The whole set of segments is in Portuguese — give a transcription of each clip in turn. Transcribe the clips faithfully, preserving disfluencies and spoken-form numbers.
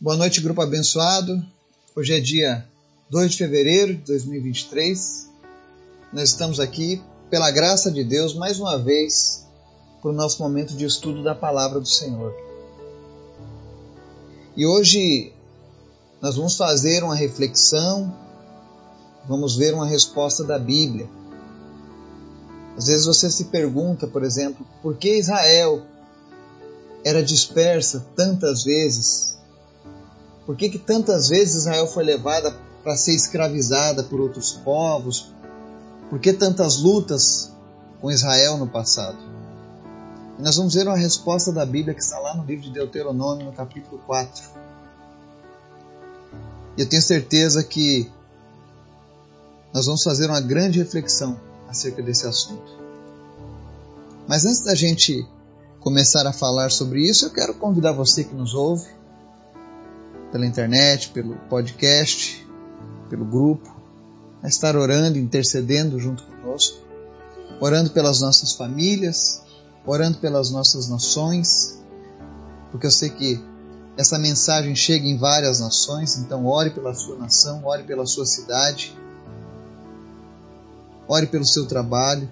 Boa noite, grupo abençoado. Hoje é dia dois de fevereiro de dois mil e vinte e três. Nós estamos aqui, pela graça de Deus, mais uma vez, para o nosso momento de estudo da Palavra do Senhor. E hoje nós vamos fazer uma reflexão, vamos ver uma resposta da Bíblia. Às vezes você se pergunta, por exemplo, por que Israel era dispersa tantas vezes? Por que que tantas vezes Israel foi levada para ser escravizada por outros povos? Por que tantas lutas com Israel no passado? E nós vamos ver uma resposta da Bíblia que está lá no livro de Deuteronômio, no capítulo quatro. E eu tenho certeza que nós vamos fazer uma grande reflexão acerca desse assunto. Mas antes da gente começar a falar sobre isso, eu quero convidar você que nos ouve pela internet, pelo podcast, pelo grupo, a estar orando, intercedendo junto conosco, orando pelas nossas famílias, orando pelas nossas nações, porque eu sei que essa mensagem chega em várias nações, então ore pela sua nação, ore pela sua cidade, ore pelo seu trabalho.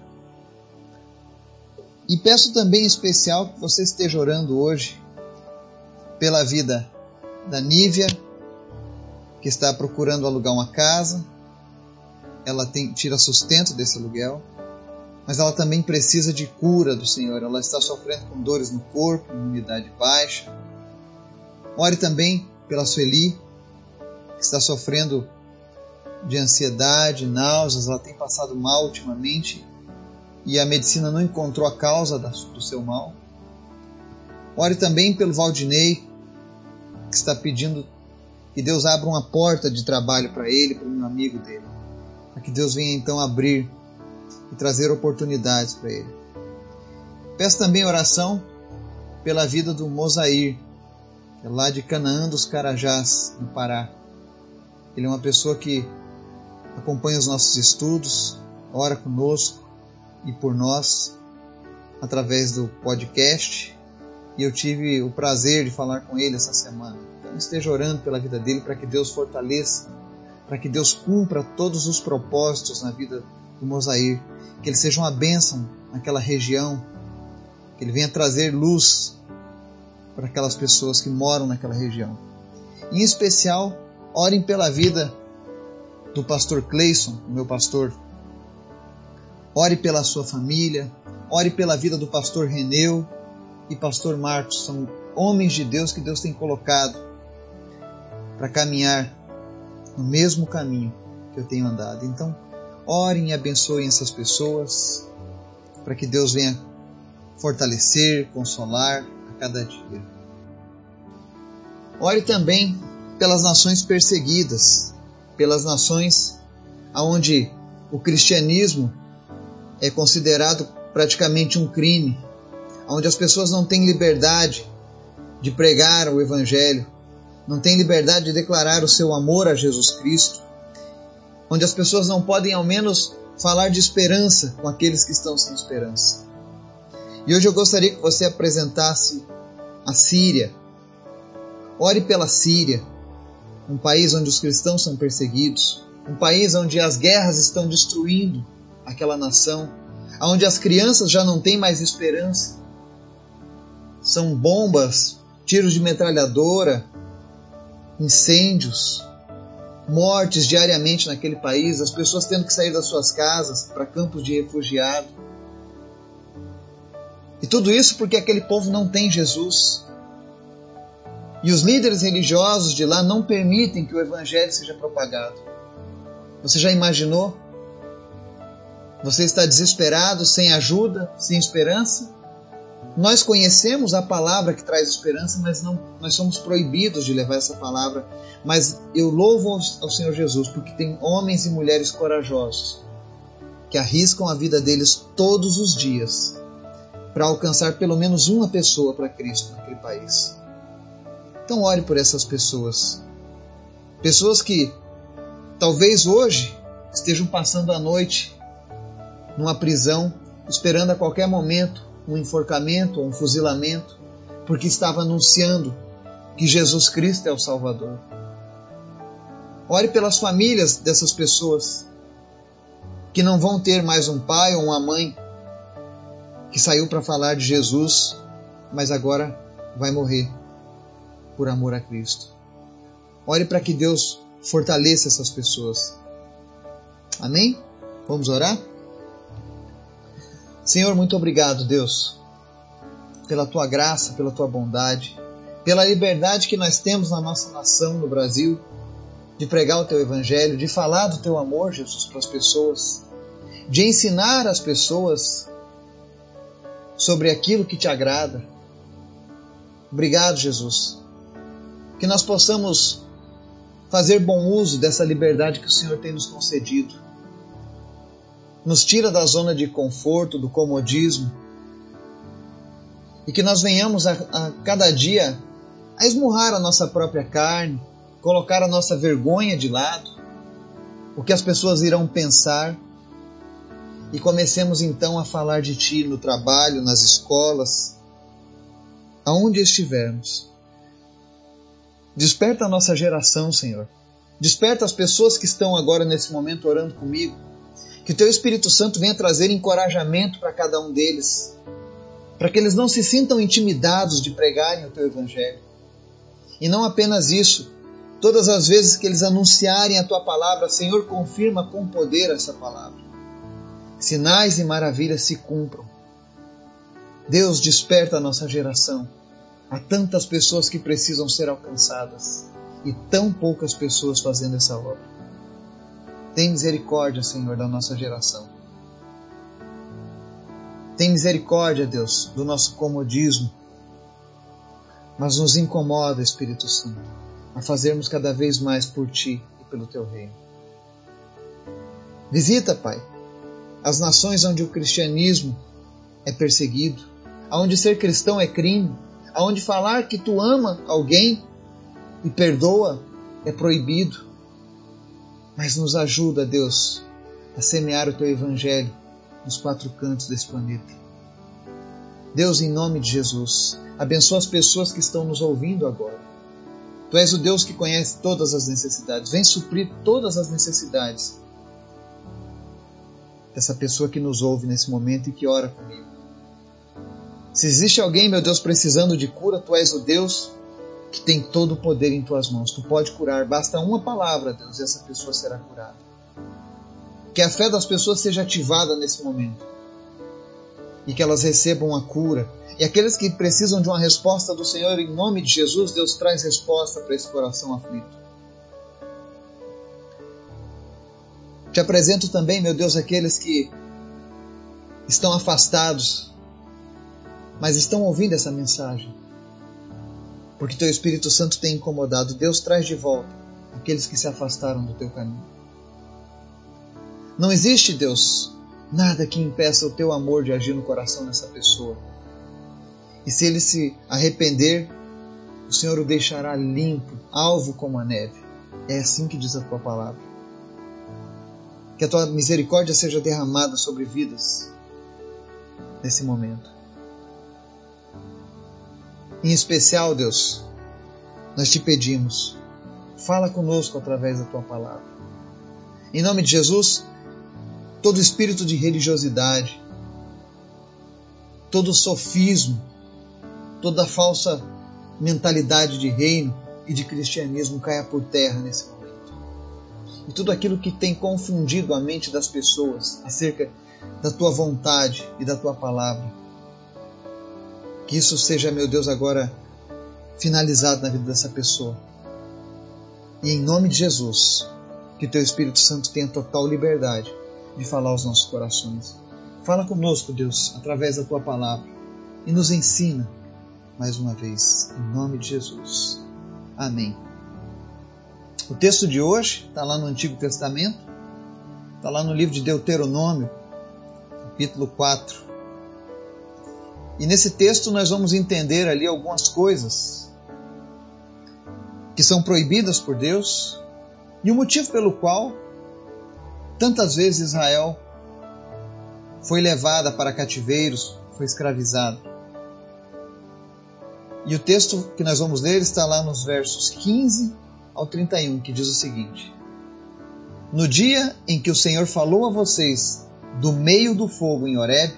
E peço também em especial que você esteja orando hoje pela vida da Nívia, que está procurando alugar uma casa. Ela tem, tira sustento desse aluguel, mas ela também precisa de cura do Senhor. Ela está sofrendo com dores no corpo, imunidade baixa. Ore também pela Sueli, que está sofrendo de ansiedade, náuseas. Ela tem passado mal ultimamente e a medicina não encontrou a causa do seu mal. Ore também pelo Valdinei, que está pedindo que Deus abra uma porta de trabalho para ele, para o meu amigo dele. Para que Deus venha então abrir e trazer oportunidades para ele. Peço também oração pela vida do Mosair, que é lá de Canaã dos Carajás, no Pará. Ele é uma pessoa que acompanha os nossos estudos, ora conosco e por nós, através do podcast. E eu tive o prazer de falar com ele essa semana. Então esteja orando pela vida dele para que Deus fortaleça, para que Deus cumpra todos os propósitos na vida do Mosair, que ele seja uma bênção naquela região, que ele venha trazer luz para aquelas pessoas que moram naquela região. Em especial, orem pela vida do pastor Cleison, o meu pastor. Ore pela sua família, ore pela vida do pastor Reneu e pastor Marcos. São homens de Deus que Deus tem colocado para caminhar no mesmo caminho que eu tenho andado. Então, orem e abençoem essas pessoas para que Deus venha fortalecer, consolar a cada dia. Ore também pelas nações perseguidas, pelas nações onde o cristianismo é considerado praticamente um crime, onde as pessoas não têm liberdade de pregar o Evangelho, não têm liberdade de declarar o seu amor a Jesus Cristo, onde as pessoas não podem ao menos falar de esperança com aqueles que estão sem esperança. E hoje eu gostaria que você apresentasse a Síria. Ore pela Síria, um país onde os cristãos são perseguidos, um país onde as guerras estão destruindo aquela nação, onde as crianças já não têm mais esperança. São bombas, tiros de metralhadora, incêndios, mortes diariamente naquele país, as pessoas tendo que sair das suas casas para campos de refugiado. E tudo isso porque aquele povo não tem Jesus. E os líderes religiosos de lá não permitem que o Evangelho seja propagado. Você já imaginou? Você está desesperado, sem ajuda, sem esperança? Nós conhecemos a palavra que traz esperança, mas não, nós somos proibidos de levar essa palavra. Mas eu louvo ao Senhor Jesus, porque tem homens e mulheres corajosos que arriscam a vida deles todos os dias para alcançar pelo menos uma pessoa para Cristo naquele país. Então ore por essas pessoas. Pessoas que talvez hoje estejam passando a noite numa prisão, esperando a qualquer momento um enforcamento ou um fuzilamento, porque estava anunciando que Jesus Cristo é o Salvador. Ore pelas famílias dessas pessoas que não vão ter mais um pai ou uma mãe que saiu para falar de Jesus, mas agora vai morrer por amor a Cristo. Ore para que Deus fortaleça essas pessoas. Amém? Vamos orar? Senhor, muito obrigado, Deus, pela Tua graça, pela Tua bondade, pela liberdade que nós temos na nossa nação, no Brasil, de pregar o Teu Evangelho, de falar do Teu amor, Jesus, para as pessoas, de ensinar as pessoas sobre aquilo que Te agrada. Obrigado, Jesus, que nós possamos fazer bom uso dessa liberdade que o Senhor tem nos concedido. Nos tira da zona de conforto, do comodismo, e que nós venhamos a, a cada dia a esmurrar a nossa própria carne, colocar a nossa vergonha de lado, o que as pessoas irão pensar, e comecemos então a falar de Ti no trabalho, nas escolas, aonde estivermos. Desperta a nossa geração, Senhor. Desperta as pessoas que estão agora nesse momento orando comigo. Que o Teu Espírito Santo venha trazer encorajamento para cada um deles, para que eles não se sintam intimidados de pregarem o Teu Evangelho. E não apenas isso, todas as vezes que eles anunciarem a Tua palavra, Senhor, confirma com poder essa palavra. Sinais e maravilhas se cumpram. Deus, desperta a nossa geração. Há tantas pessoas que precisam ser alcançadas e tão poucas pessoas fazendo essa obra. Tem misericórdia, Senhor, da nossa geração. Tem misericórdia, Deus, do nosso comodismo. Mas nos incomoda, Espírito Santo, a fazermos cada vez mais por Ti e pelo Teu reino. Visita, Pai, as nações onde o cristianismo é perseguido, onde ser cristão é crime, onde falar que Tu ama alguém e perdoa é proibido. Mas nos ajuda, Deus, a semear o Teu Evangelho nos quatro cantos desse planeta. Deus, em nome de Jesus, abençoa as pessoas que estão nos ouvindo agora. Tu és o Deus que conhece todas as necessidades. Vem suprir todas as necessidades dessa pessoa que nos ouve nesse momento e que ora comigo. Se existe alguém, meu Deus, precisando de cura, Tu és o Deus que tem todo o poder em Tuas mãos. Tu pode curar, basta uma palavra, Deus, e essa pessoa será curada. Que a fé das pessoas seja ativada nesse momento e que elas recebam a cura. E aqueles que precisam de uma resposta do Senhor, em nome de Jesus, Deus traz resposta para esse coração aflito. Te apresento também, meu Deus, aqueles que estão afastados, mas estão ouvindo essa mensagem, porque Teu Espírito Santo tem incomodado. Deus, traz de volta aqueles que se afastaram do Teu caminho. Não existe, Deus, nada que impeça o Teu amor de agir no coração dessa pessoa. E se ele se arrepender, o Senhor o deixará limpo, alvo como a neve. É assim que diz a Tua palavra. Que a Tua misericórdia seja derramada sobre vidas nesse momento. Em especial, Deus, nós Te pedimos, fala conosco através da Tua palavra. Em nome de Jesus, todo espírito de religiosidade, todo sofismo, toda falsa mentalidade de reino e de cristianismo caia por terra nesse momento. E tudo aquilo que tem confundido a mente das pessoas acerca da Tua vontade e da Tua palavra, que isso seja, meu Deus, agora finalizado na vida dessa pessoa. E em nome de Jesus, que Teu Espírito Santo tenha total liberdade de falar aos nossos corações. Fala conosco, Deus, através da Tua palavra e nos ensina mais uma vez, em nome de Jesus. Amém. O texto de hoje está lá no Antigo Testamento, está lá no livro de Deuteronômio, capítulo quatro. E nesse texto nós vamos entender ali algumas coisas que são proibidas por Deus e o motivo pelo qual tantas vezes Israel foi levada para cativeiros, foi escravizada. E o texto que nós vamos ler está lá nos versos quinze ao trinta e um, que diz o seguinte: No dia em que o Senhor falou a vocês do meio do fogo em Horebe,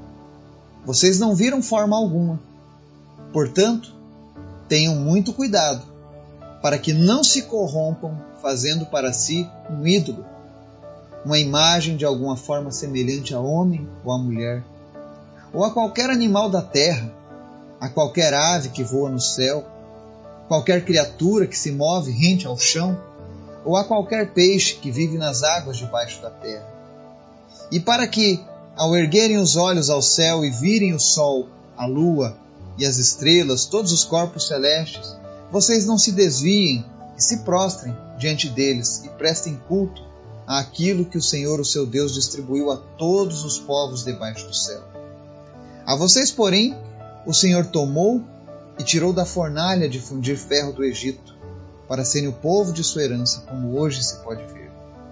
vocês não viram forma alguma. Portanto, tenham muito cuidado, para que não se corrompam fazendo para si um ídolo, uma imagem de alguma forma semelhante a homem ou a mulher, ou a qualquer animal da terra, a qualquer ave que voa no céu, qualquer criatura que se move rente ao chão, ou a qualquer peixe que vive nas águas debaixo da terra. E para que, ao erguerem os olhos ao céu e virem o sol, a lua e as estrelas, todos os corpos celestes, vocês não se desviem e se prostrem diante deles e prestem culto àquilo que o Senhor, o seu Deus, distribuiu a todos os povos debaixo do céu. A vocês, porém, o Senhor tomou e tirou da fornalha de fundir ferro do Egito, para serem o povo de sua herança, como hoje se pode ver.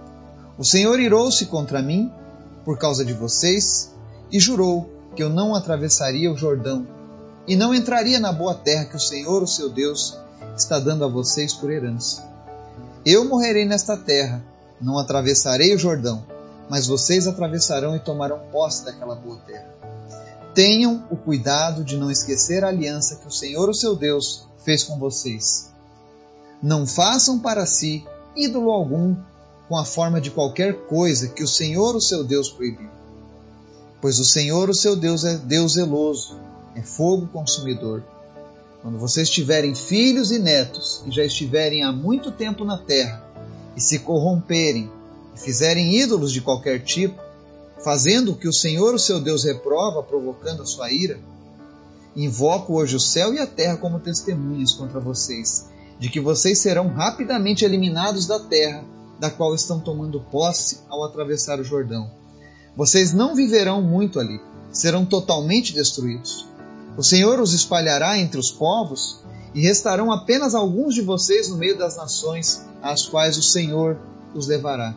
O Senhor irou-se contra mim, por causa de vocês, e jurou que eu não atravessaria o Jordão, e não entraria na boa terra que o Senhor, o seu Deus, está dando a vocês por herança. Eu morrerei nesta terra, não atravessarei o Jordão, mas vocês atravessarão e tomarão posse daquela boa terra. Tenham o cuidado de não esquecer a aliança que o Senhor, o seu Deus, fez com vocês. Não façam para si ídolo algum com a forma de qualquer coisa que o Senhor, o seu Deus, proibiu. Pois o Senhor, o seu Deus, é Deus zeloso, é fogo consumidor. Quando vocês tiverem filhos e netos e já estiverem há muito tempo na terra e se corromperem e fizerem ídolos de qualquer tipo, fazendo o que o Senhor, o seu Deus, reprova, provocando a sua ira, invoco hoje o céu e a terra como testemunhas contra vocês, de que vocês serão rapidamente eliminados da terra, da qual estão tomando posse ao atravessar o Jordão. Vocês não viverão muito ali, serão totalmente destruídos. O Senhor os espalhará entre os povos, e restarão apenas alguns de vocês no meio das nações, às quais o Senhor os levará.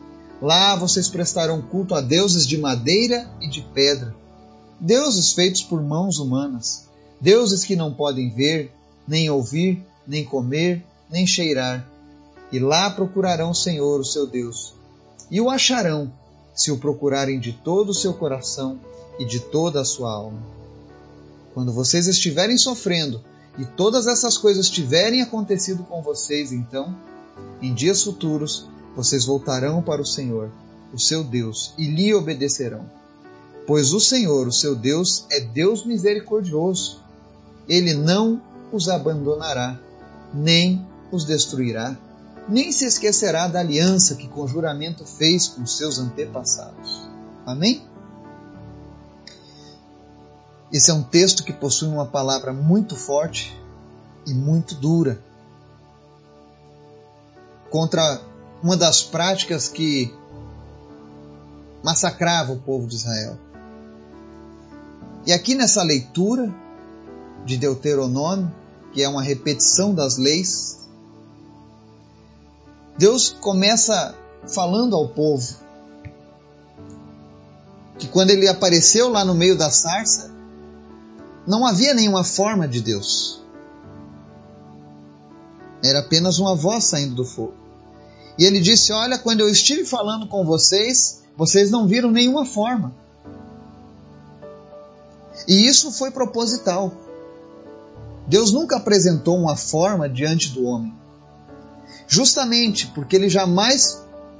Lá vocês prestarão culto a deuses de madeira e de pedra, deuses feitos por mãos humanas, deuses que não podem ver, nem ouvir, nem comer, nem cheirar. E lá procurarão o Senhor, o seu Deus, e o acharão, se o procurarem de todo o seu coração e de toda a sua alma. Quando vocês estiverem sofrendo e todas essas coisas tiverem acontecido com vocês, então, em dias futuros, vocês voltarão para o Senhor, o seu Deus, e lhe obedecerão. Pois o Senhor, o seu Deus, é Deus misericordioso. Ele não os abandonará, nem os destruirá, nem se esquecerá da aliança que com juramento fez com seus antepassados. Amém? Esse é um texto que possui uma palavra muito forte e muito dura contra uma das práticas que massacrava o povo de Israel. E aqui nessa leitura de Deuteronômio, que é uma repetição das leis, Deus começa falando ao povo que quando ele apareceu lá no meio da sarça, não havia nenhuma forma de Deus. Era apenas uma voz saindo do fogo. E ele disse: olha, quando eu estive falando com vocês, vocês não viram nenhuma forma. E isso foi proposital. Deus nunca apresentou uma forma diante do homem. Justamente porque ele jamais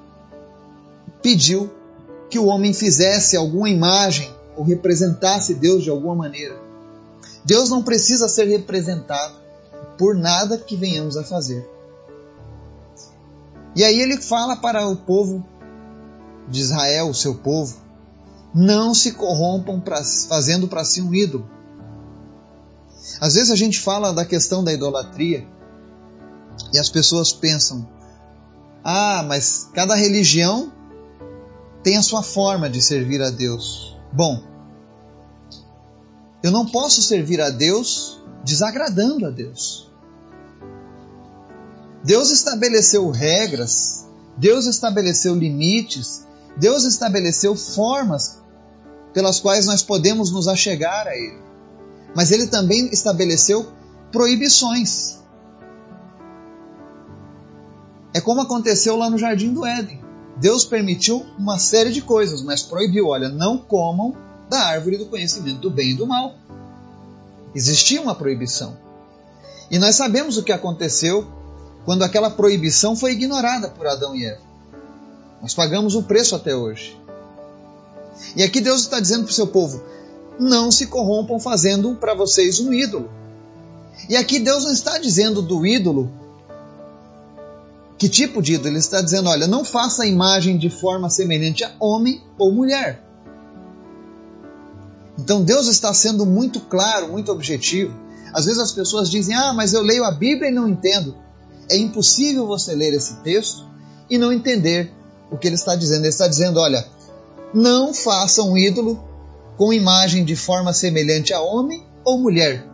pediu que o homem fizesse alguma imagem ou representasse Deus de alguma maneira. Deus não precisa ser representado por nada que venhamos a fazer. E aí ele fala para o povo de Israel, o seu povo, não se corrompam pra, fazendo para si um ídolo. Às vezes a gente fala da questão da idolatria e as pessoas pensam: ah, mas cada religião tem a sua forma de servir a Deus. Bom, eu não posso servir a Deus desagradando a Deus. Deus estabeleceu regras, Deus estabeleceu limites, Deus estabeleceu formas pelas quais nós podemos nos achegar a Ele. Mas Ele também estabeleceu proibições. É como aconteceu lá no Jardim do Éden. Deus permitiu uma série de coisas, mas proibiu, olha, não comam da árvore do conhecimento do bem e do mal. Existia uma proibição. E nós sabemos o que aconteceu quando aquela proibição foi ignorada por Adão e Eva. Nós pagamos o preço até hoje. E aqui Deus está dizendo para o seu povo, não se corrompam fazendo para vocês um ídolo. E aqui Deus não está dizendo do ídolo, que tipo de ídolo? Ele está dizendo, olha, não faça a imagem de forma semelhante a homem ou mulher. Então Deus está sendo muito claro, muito objetivo. Às vezes as pessoas dizem, ah, mas eu leio a Bíblia e não entendo. É impossível você ler esse texto e não entender o que ele está dizendo. Ele está dizendo, olha, não faça um ídolo com imagem de forma semelhante a homem ou mulher.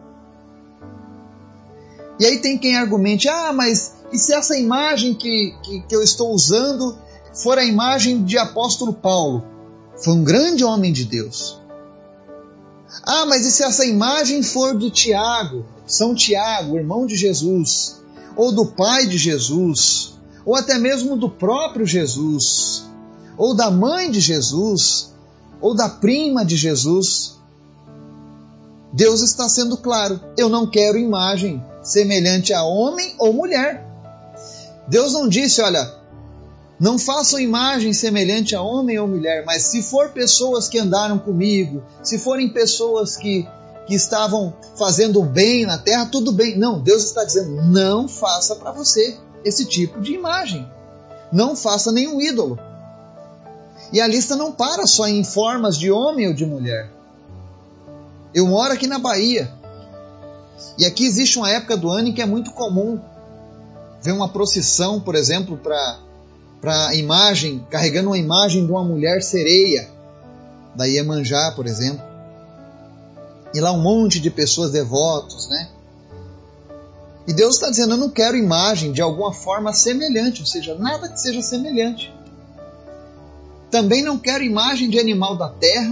E aí tem quem argumente, ah, mas e se essa imagem que, que, que eu estou usando for a imagem de apóstolo Paulo? Foi um grande homem de Deus. Ah, mas e se essa imagem for de Tiago, São Tiago, irmão de Jesus, ou do pai de Jesus, ou até mesmo do próprio Jesus, ou da mãe de Jesus, ou da prima de Jesus? Deus está sendo claro, eu não quero imagem semelhante a homem ou mulher. Deus não disse, olha, não façam imagem semelhante a homem ou mulher, mas se for pessoas que andaram comigo, se forem pessoas que, que estavam fazendo bem na terra, tudo bem. Não, Deus está dizendo, não faça para você esse tipo de imagem. Não faça nenhum ídolo. E a lista não para só em formas de homem ou de mulher. Eu moro aqui na Bahia. E aqui existe uma época do ano em que é muito comum ver uma procissão, por exemplo, para para imagem, carregando uma imagem de uma mulher sereia, da Iemanjá, por exemplo. E lá um monte de pessoas devotos, né? E Deus está dizendo, eu não quero imagem de alguma forma semelhante, ou seja, nada que seja semelhante. Também não quero imagem de animal da terra.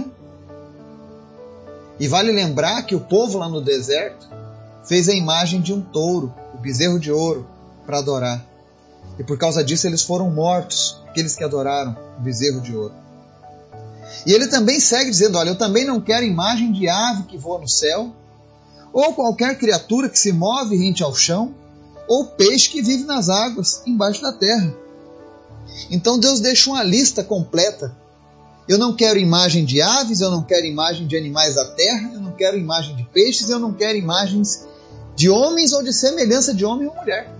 E vale lembrar que o povo lá no deserto fez a imagem de um touro, o bezerro de ouro, para adorar. E por causa disso eles foram mortos, aqueles que adoraram o bezerro de ouro. E ele também segue dizendo, olha, eu também não quero imagem de ave que voa no céu, ou qualquer criatura que se move rente ao chão, ou peixe que vive nas águas, embaixo da terra. Então Deus deixa uma lista completa. Eu não quero imagem de aves, eu não quero imagem de animais da terra, eu não quero imagem de peixes, eu não quero imagens de homens ou de semelhança de homem ou mulher.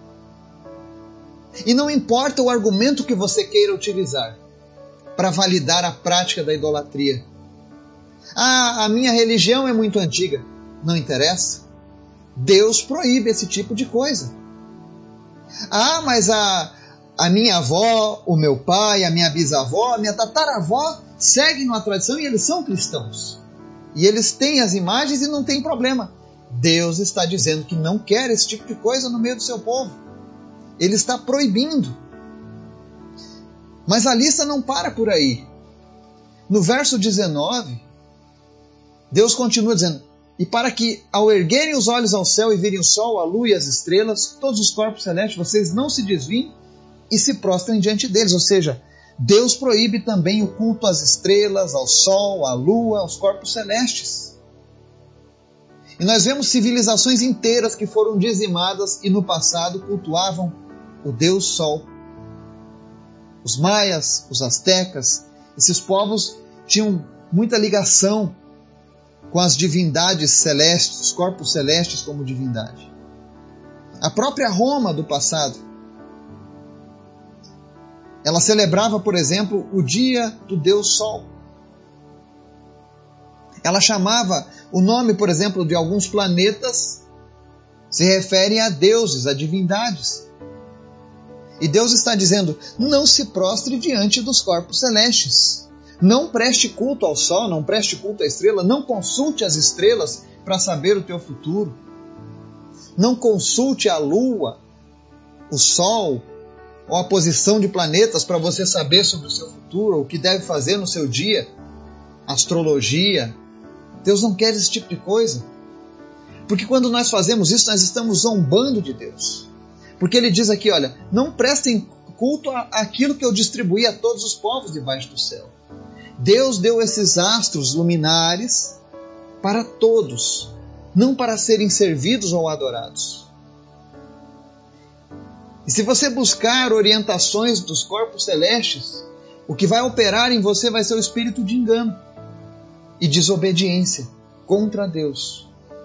E não importa o argumento que você queira utilizar para validar a prática da idolatria. Ah, a minha religião é muito antiga. Não interessa. Deus proíbe esse tipo de coisa. Ah, mas a, a minha avó, o meu pai, a minha bisavó, a minha tataravó seguem uma tradição e eles são cristãos. E eles têm as imagens e não tem problema. Deus está dizendo que não quer esse tipo de coisa no meio do seu povo. Ele está proibindo. Mas a lista não para por aí. No verso dezenove, Deus continua dizendo, e para que, ao erguerem os olhos ao céu e virem o sol, a lua e as estrelas, todos os corpos celestes, vocês não se desviem e se prostrem diante deles. Ou seja, Deus proíbe também o culto às estrelas, ao sol, à lua, aos corpos celestes. E nós vemos civilizações inteiras que foram dizimadas e no passado cultuavam o Deus Sol. Os maias, os astecas, esses povos tinham muita ligação com as divindades celestes, os corpos celestes como divindade. A própria Roma do passado, ela celebrava, por exemplo, o dia do Deus Sol. Ela chamava o nome, por exemplo, de alguns planetas, se referem a deuses, a divindades. E Deus está dizendo, não se prostre diante dos corpos celestes. Não preste culto ao sol, não preste culto à estrela, não consulte as estrelas para saber o teu futuro. Não consulte a lua, o sol, ou a posição de planetas para você saber sobre o seu futuro, o que deve fazer no seu dia. Astrologia. Deus não quer esse tipo de coisa. Porque quando nós fazemos isso, nós estamos zombando de Deus. Porque ele diz aqui, olha, não prestem culto àquilo que eu distribuí a todos os povos debaixo do céu. Deus deu esses astros luminares para todos, não para serem servidos ou adorados. E se você buscar orientações dos corpos celestes, o que vai operar em você vai ser o espírito de engano e desobediência contra Deus.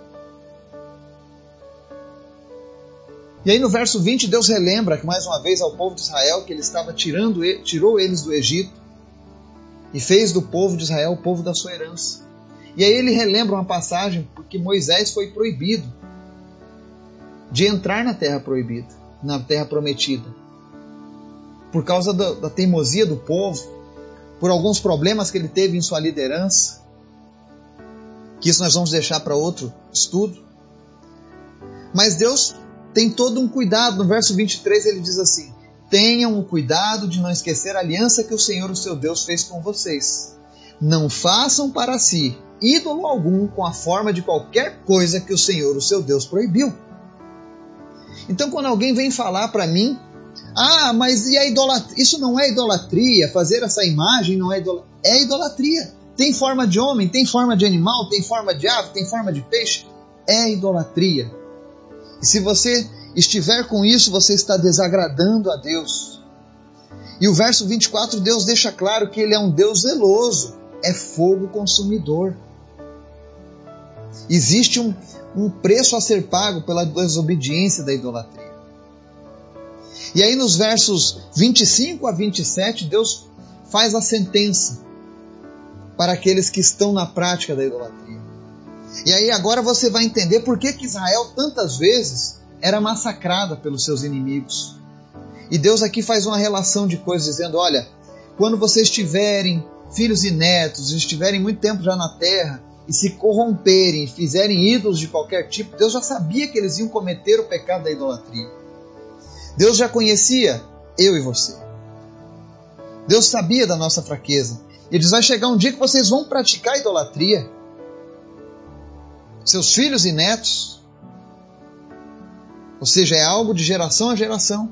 E aí no verso vinte, Deus relembra que mais uma vez ao povo de Israel que ele estava tirando, tirou eles do Egito e fez do povo de Israel o povo da sua herança. E aí ele relembra uma passagem porque Moisés foi proibido de entrar na terra proibida, na terra prometida, por causa da, da teimosia do povo, por alguns problemas que ele teve em sua liderança, que isso nós vamos deixar para outro estudo. Mas Deus tem todo um cuidado. No verso vinte e três ele diz assim: tenham o cuidado de não esquecer a aliança que o Senhor, o seu Deus, fez com vocês. Não façam para si ídolo algum com a forma de qualquer coisa que o Senhor, o seu Deus, proibiu. Então quando alguém vem falar para mim, ah, mas e a idolatria? Isso não é idolatria, fazer essa imagem não é idolatria. É idolatria. Tem forma de homem, tem forma de animal, tem forma de ave, tem forma de peixe. É idolatria. E se você estiver com isso, você está desagradando a Deus. E o verso vinte e quatro, Deus deixa claro que Ele é um Deus zeloso, é fogo consumidor. Existe um, um preço a ser pago pela desobediência da idolatria. E aí nos versos vinte e cinco a vinte e sete, Deus faz a sentença para aqueles que estão na prática da idolatria. E aí agora você vai entender por que que Israel tantas vezes era massacrada pelos seus inimigos. E Deus aqui faz uma relação de coisas, dizendo, olha, quando vocês tiverem filhos e netos, estiverem muito tempo já na terra, e se corromperem, e fizerem ídolos de qualquer tipo, Deus já sabia que eles iam cometer o pecado da idolatria. Deus já conhecia eu e você. Deus sabia da nossa fraqueza. Ele diz, vai chegar um dia que vocês vão praticar idolatria. Seus filhos e netos. Ou seja, é algo de geração a geração.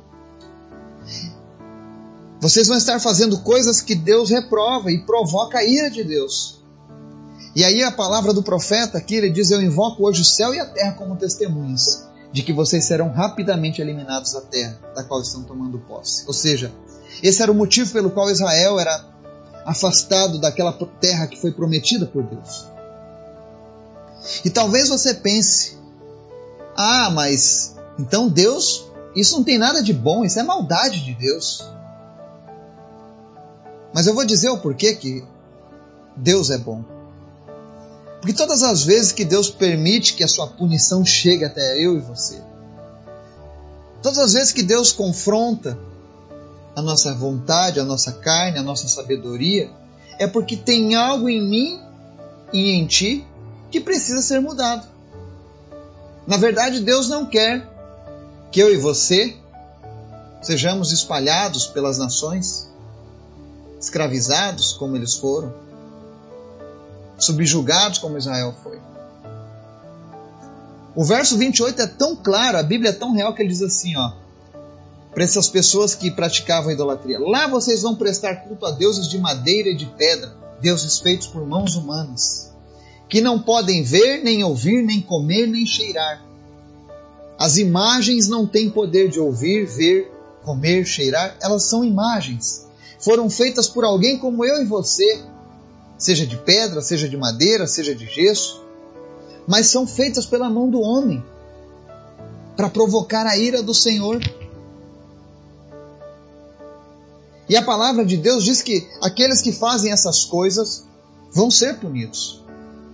Vocês vão estar fazendo coisas que Deus reprova e provoca a ira de Deus. E aí a palavra do profeta aqui, ele diz, eu invoco hoje o céu e a terra como testemunhas de que vocês serão rapidamente eliminados da terra, da qual estão tomando posse. Ou seja, esse era o motivo pelo qual Israel era afastado daquela terra que foi prometida por Deus. E talvez você pense, ah, mas então Deus, isso não tem nada de bom, isso é maldade de Deus. Mas eu vou dizer o porquê que Deus é bom. Porque todas as vezes que Deus permite que a sua punição chegue até eu e você, todas as vezes que Deus confronta a nossa vontade, a nossa carne, a nossa sabedoria, é porque tem algo em mim e em ti que precisa ser mudado. Na verdade, Deus não quer que eu e você sejamos espalhados pelas nações, escravizados como eles foram, subjugados como Israel foi. O verso vinte e oito é tão claro, a Bíblia é tão real que ele diz assim, ó, para essas pessoas que praticavam idolatria, lá vocês vão prestar culto a deuses de madeira e de pedra, deuses feitos por mãos humanas, que não podem ver, nem ouvir, nem comer, nem cheirar. As imagens não têm poder de ouvir, ver, comer, cheirar, elas são imagens. Foram feitas por alguém como eu e você, seja de pedra, seja de madeira, seja de gesso, mas são feitas pela mão do homem, para provocar a ira do Senhor. E a palavra de Deus diz que aqueles que fazem essas coisas vão ser punidos.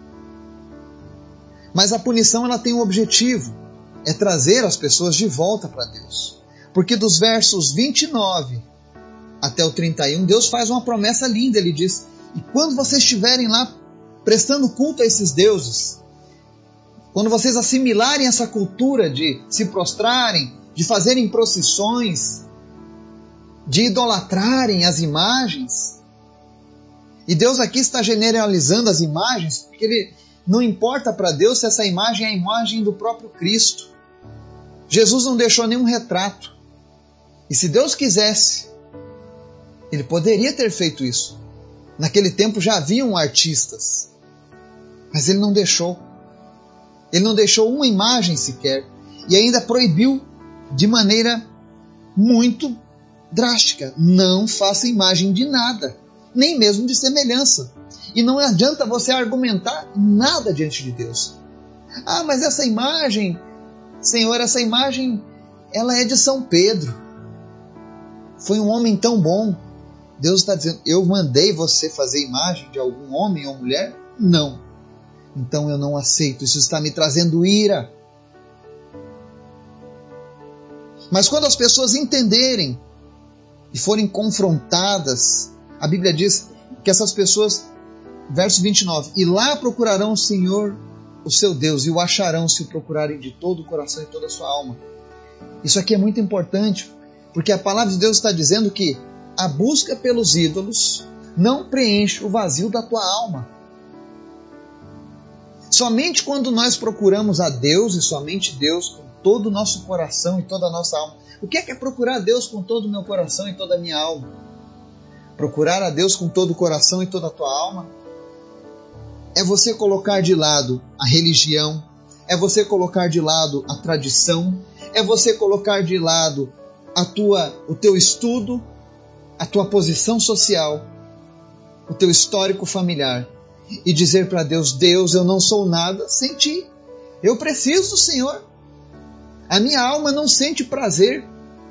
Mas a punição ela tem um objetivo, é trazer as pessoas de volta para Deus. Porque dos versos vinte e nove até o trinta e um, Deus faz uma promessa linda, Ele diz, e quando vocês estiverem lá prestando culto a esses deuses, quando vocês assimilarem essa cultura de se prostrarem, de fazerem procissões, de idolatrarem as imagens, e Deus aqui está generalizando as imagens, porque Ele não importa para Deus se essa imagem é a imagem do próprio Cristo. Jesus não deixou nenhum retrato. E se Deus quisesse, Ele poderia ter feito isso. Naquele tempo já haviam artistas. Mas Ele não deixou. Ele não deixou uma imagem sequer. E ainda proibiu de maneira muito drástica. Não faça imagem de nada, nem mesmo de semelhança. E não adianta você argumentar nada diante de Deus. Ah, mas essa imagem, Senhor, essa imagem, ela é de São Pedro. Foi um homem tão bom. Deus está dizendo, eu mandei você fazer imagem de algum homem ou mulher? Não. Então eu não aceito. Isso está me trazendo ira. Mas quando as pessoas entenderem e forem confrontadas, a Bíblia diz que essas pessoas, verso vinte e nove, e lá procurarão o Senhor, o seu Deus, e o acharão se o procurarem de todo o coração e toda a sua alma. Isso aqui é muito importante, porque a palavra de Deus está dizendo que a busca pelos ídolos não preenche o vazio da tua alma. Somente quando nós procuramos a Deus, e somente Deus, com todo o nosso coração e toda a nossa alma. O que é, que é procurar a Deus com todo o meu coração e toda a minha alma? Procurar a Deus com todo o coração e toda a tua alma é você colocar de lado a religião, é você colocar de lado a tradição, é você colocar de lado a tua, o teu estudo, a tua posição social, o teu histórico familiar e dizer para Deus, Deus, eu não sou nada sem Ti. Eu preciso do Senhor. A minha alma não sente prazer.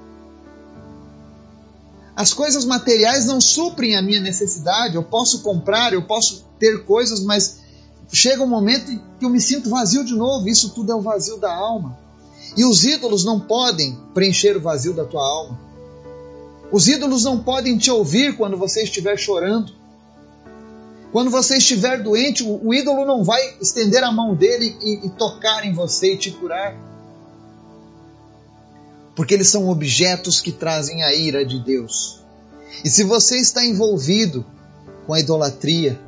As coisas materiais não suprem a minha necessidade. Eu posso comprar, eu posso ter coisas, mas chega um momento em que eu me sinto vazio de novo. Isso tudo é o vazio da alma. E os ídolos não podem preencher o vazio da tua alma. Os ídolos não podem te ouvir quando você estiver chorando. Quando você estiver doente, o, o ídolo não vai estender a mão dele e, e tocar em você e te curar. Porque eles são objetos que trazem a ira de Deus. E se você está envolvido com a idolatria,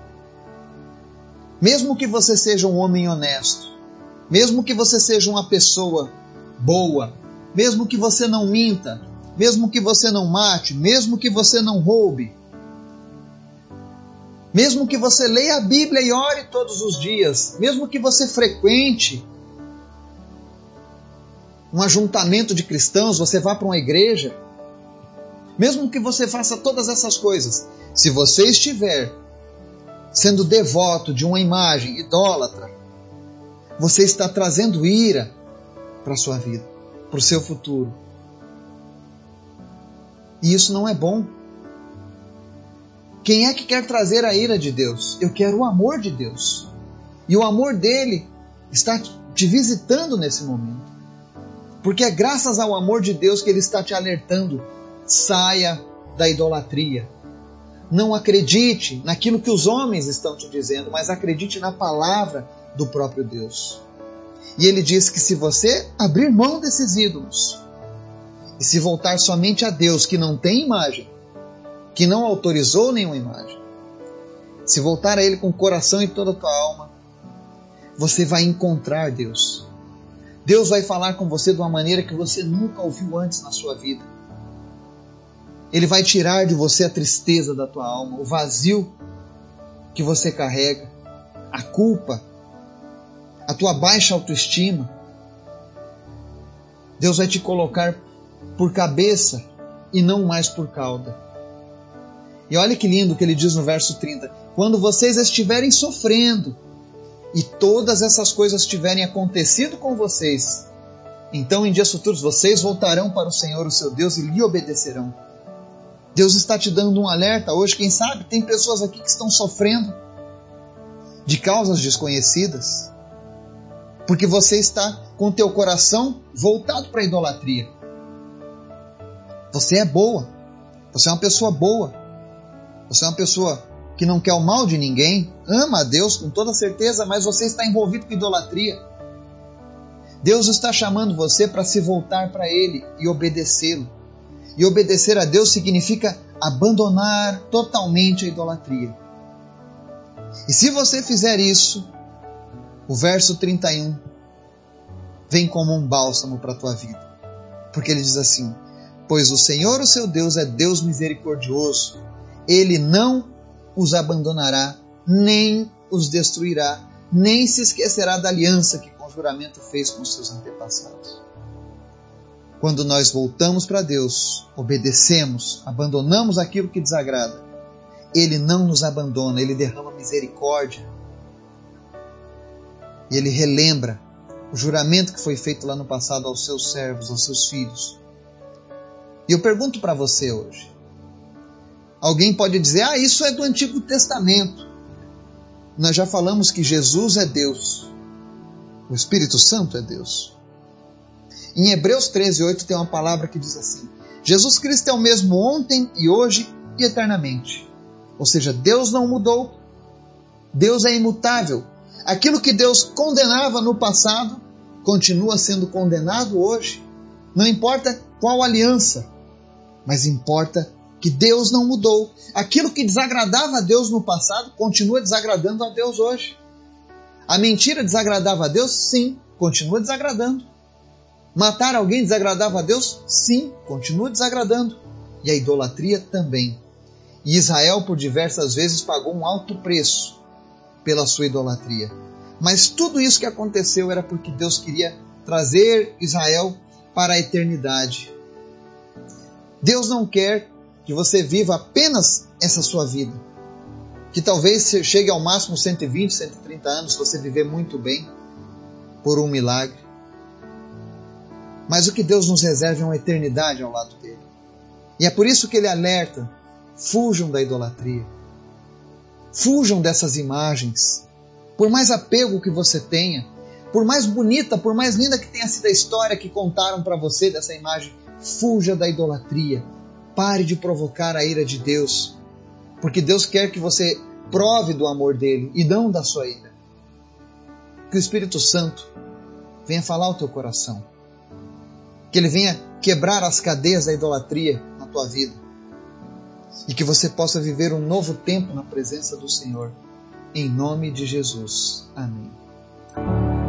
mesmo que você seja um homem honesto, mesmo que você seja uma pessoa boa, mesmo que você não minta, mesmo que você não mate, mesmo que você não roube, mesmo que você leia a Bíblia e ore todos os dias, mesmo que você frequente um ajuntamento de cristãos, você vá para uma igreja, mesmo que você faça todas essas coisas, se você estiver sendo devoto de uma imagem idólatra, você está trazendo ira para a sua vida, para o seu futuro. E isso não é bom. Quem é que quer trazer a ira de Deus? Eu quero o amor de Deus. E o amor dele está te visitando nesse momento. Porque é graças ao amor de Deus que Ele está te alertando. Saia da idolatria. Não acredite naquilo que os homens estão te dizendo, mas acredite na palavra do próprio Deus. E Ele diz que se você abrir mão desses ídolos e se voltar somente a Deus, que não tem imagem, que não autorizou nenhuma imagem, se voltar a Ele com o coração e toda a tua alma, você vai encontrar Deus. Deus vai falar com você de uma maneira que você nunca ouviu antes na sua vida. Ele vai tirar de você a tristeza da tua alma, o vazio que você carrega, a culpa, a tua baixa autoestima. Deus vai te colocar por cabeça e não mais por cauda. E olha que lindo que ele diz no verso trinta. Quando vocês estiverem sofrendo e todas essas coisas tiverem acontecido com vocês, então em dias futuros vocês voltarão para o Senhor, o seu Deus, e lhe obedecerão. Deus está te dando um alerta hoje. Quem sabe tem pessoas aqui que estão sofrendo de causas desconhecidas, porque você está com o teu coração voltado para a idolatria. Você é boa, você é uma pessoa boa, você é uma pessoa que não quer o mal de ninguém, ama a Deus com toda certeza, mas você está envolvido com idolatria. Deus está chamando você para se voltar para Ele e obedecê-lo. E obedecer a Deus significa abandonar totalmente a idolatria. E se você fizer isso, O verso trinta e um vem como um bálsamo para a tua vida. Porque ele diz assim: pois o Senhor, o seu Deus, é Deus misericordioso. Ele não os abandonará, nem os destruirá, nem se esquecerá da aliança que com juramento fez com os seus antepassados. Quando nós voltamos para Deus, obedecemos, abandonamos aquilo que desagrada, Ele não nos abandona, Ele derrama misericórdia. E Ele relembra o juramento que foi feito lá no passado aos seus servos, aos seus filhos. E eu pergunto para você hoje. Alguém pode dizer, ah, isso é do Antigo Testamento. Nós já falamos que Jesus é Deus. O Espírito Santo é Deus. Em Hebreus treze, oito tem uma palavra que diz assim: Jesus Cristo é o mesmo ontem e hoje e eternamente. Ou seja, Deus não mudou. Deus é imutável. Aquilo que Deus condenava no passado continua sendo condenado hoje. Não importa qual aliança, mas importa que Deus não mudou. Aquilo que desagradava a Deus no passado continua desagradando a Deus hoje. A mentira desagradava a Deus? Sim, continua desagradando. Matar alguém desagradava a Deus? Sim, continua desagradando. E a idolatria também. E Israel por diversas vezes pagou um alto preço pela sua idolatria. Mas tudo isso que aconteceu era porque Deus queria trazer Israel para a eternidade. Deus não quer que você viva apenas essa sua vida. Que talvez chegue ao máximo cento e vinte, cento e trinta anos, se você viver muito bem, por um milagre. Mas o que Deus nos reserva é uma eternidade ao lado dele. E é por isso que ele alerta: fujam da idolatria. Fujam dessas imagens. Por mais apego que você tenha, por mais bonita, por mais linda que tenha sido a história que contaram para você dessa imagem, fuja da idolatria. Pare de provocar a ira de Deus. Porque Deus quer que você prove do amor dele e não da sua ira. Que o Espírito Santo venha falar ao teu coração. Que ele venha quebrar as cadeias da idolatria na tua vida. E que você possa viver um novo tempo na presença do Senhor. Em nome de Jesus. Amém.